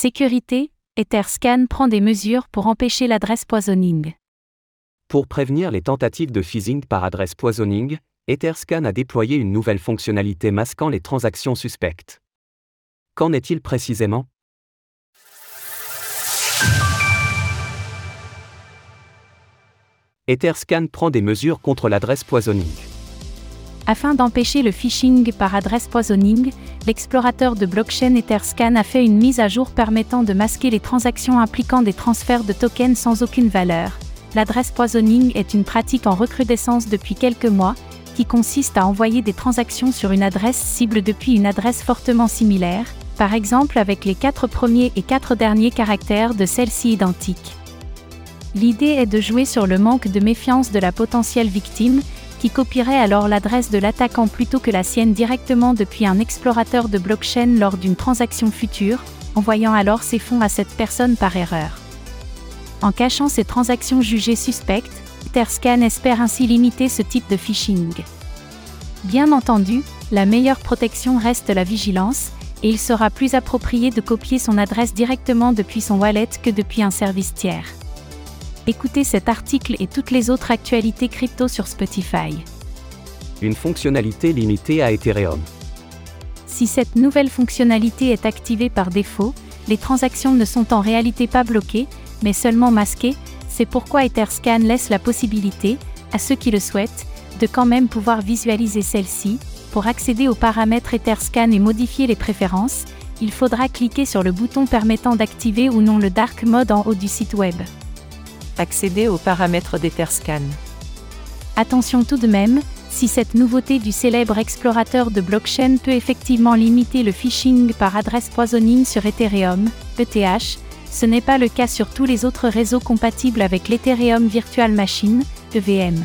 Sécurité, Etherscan prend des mesures pour empêcher l'adresse poisoning. Pour prévenir les tentatives de phishing par adresse poisoning, Etherscan a déployé une nouvelle fonctionnalité masquant les transactions suspectes. Qu'en est-il précisément ? Etherscan prend des mesures contre l'adresse poisoning. Afin d'empêcher le phishing par adresse poisoning, l'explorateur de blockchain Etherscan a fait une mise à jour permettant de masquer les transactions impliquant des transferts de tokens sans aucune valeur. L'adresse poisoning est une pratique en recrudescence depuis quelques mois, qui consiste à envoyer des transactions sur une adresse cible depuis une adresse fortement similaire, par exemple avec les 4 premiers et 4 derniers caractères de celle-ci identiques. L'idée est de jouer sur le manque de méfiance de la potentielle victime, qui copierait alors l'adresse de l'attaquant plutôt que la sienne directement depuis un explorateur de blockchain lors d'une transaction future, envoyant alors ses fonds à cette personne par erreur. En cachant ces transactions jugées suspectes, Etherscan espère ainsi limiter ce type de phishing. Bien entendu, la meilleure protection reste la vigilance, et il sera plus approprié de copier son adresse directement depuis son wallet que depuis un service tiers. Écoutez cet article et toutes les autres actualités crypto sur Spotify. Une fonctionnalité limitée à Ethereum. Si cette nouvelle fonctionnalité est activée par défaut, les transactions ne sont en réalité pas bloquées, mais seulement masquées. C'est pourquoi Etherscan laisse la possibilité, à ceux qui le souhaitent, de quand même pouvoir visualiser celle-ci. Pour accéder aux paramètres Etherscan et modifier les préférences, il faudra cliquer sur le bouton permettant d'activer ou non le dark mode en haut du site web. Accéder aux paramètres d'Etherscan. Attention tout de même, si cette nouveauté du célèbre explorateur de blockchain peut effectivement limiter le phishing par adresse poisoning sur Ethereum, ETH, ce n'est pas le cas sur tous les autres réseaux compatibles avec l'Ethereum Virtual Machine, EVM.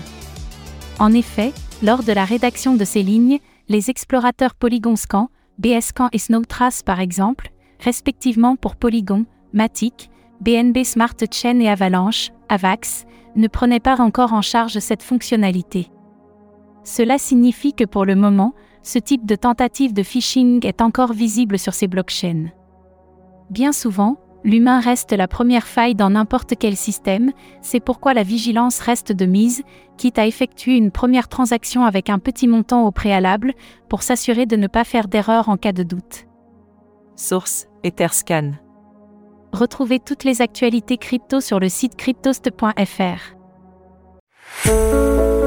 En effet, lors de la rédaction de ces lignes, les explorateurs PolygonScan, BScan et Snowtrace par exemple, respectivement pour Polygon, Matic, BNB Smart Chain et Avalanche, AVAX, ne prenaient pas encore en charge cette fonctionnalité. Cela signifie que pour le moment, ce type de tentative de phishing est encore visible sur ces blockchains. Bien souvent, l'humain reste la première faille dans n'importe quel système, c'est pourquoi la vigilance reste de mise, quitte à effectuer une première transaction avec un petit montant au préalable, pour s'assurer de ne pas faire d'erreur en cas de doute. Source: Etherscan. Retrouvez toutes les actualités crypto sur le site cryptost.fr.